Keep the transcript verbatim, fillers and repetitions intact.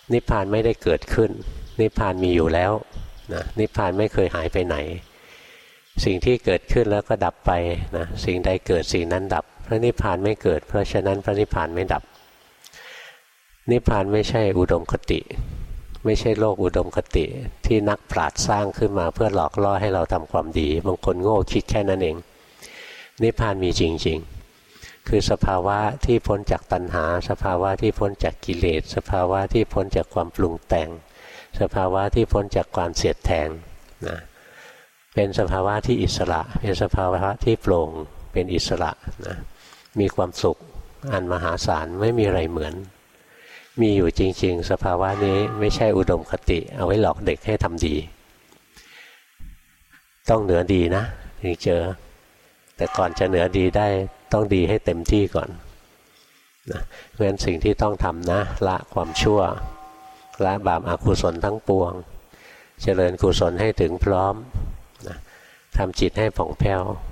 นิพพานไม่ได้เกิดขึ้นนิพพานมีอยู่แล้วนะนิพพานไม่เคยหายไปไหนสิ่งที่เกิดขึ้นแล้วก็ดับไปนะสิ่งใดเกิดสิ่งนั้นดับพระนิพพานไม่เกิดเพราะฉะนั้นพระนิพพานไม่ดับนิพพานไม่ใช่อุดมคติไม่ใช่โลกอุดมคติที่นักปราชญ์สร้างขึ้นมาเพื่อหลอกล่อให้เราทำความดีบางคนโง่คิดแค่นั้นเองนิพพานมีจริงๆคือสภาวะที่พ้นจากตัณหาสภาวะที่พ้นจากกิเลสสภาวะที่พ้นจากความปรุงแต่งสภาวะที่พ้นจากความเสียดแทงนะเป็นสภาวะที่อิสระเป็นสภาวะที่โปร่งเป็นอิสระนะมีความสุขอันมหาศาลไม่มีอะไรเหมือนมีอยู่จริงๆสภาวะนี้ไม่ใช่อุดมคติเอาไว้หลอกเด็กให้ทำดีต้องเหนือดีนะถึงเจอแต่ก่อนจะเหนือดีได้ต้องดีให้เต็มที่ก่อนนะเพราะฉะนั้นสิ่งที่ต้องทำนะละความชั่วละบาปอกุศลทั้งปวงเจริญกุศลให้ถึงพร้อมนะทำจิตให้ผ่องแผ้ว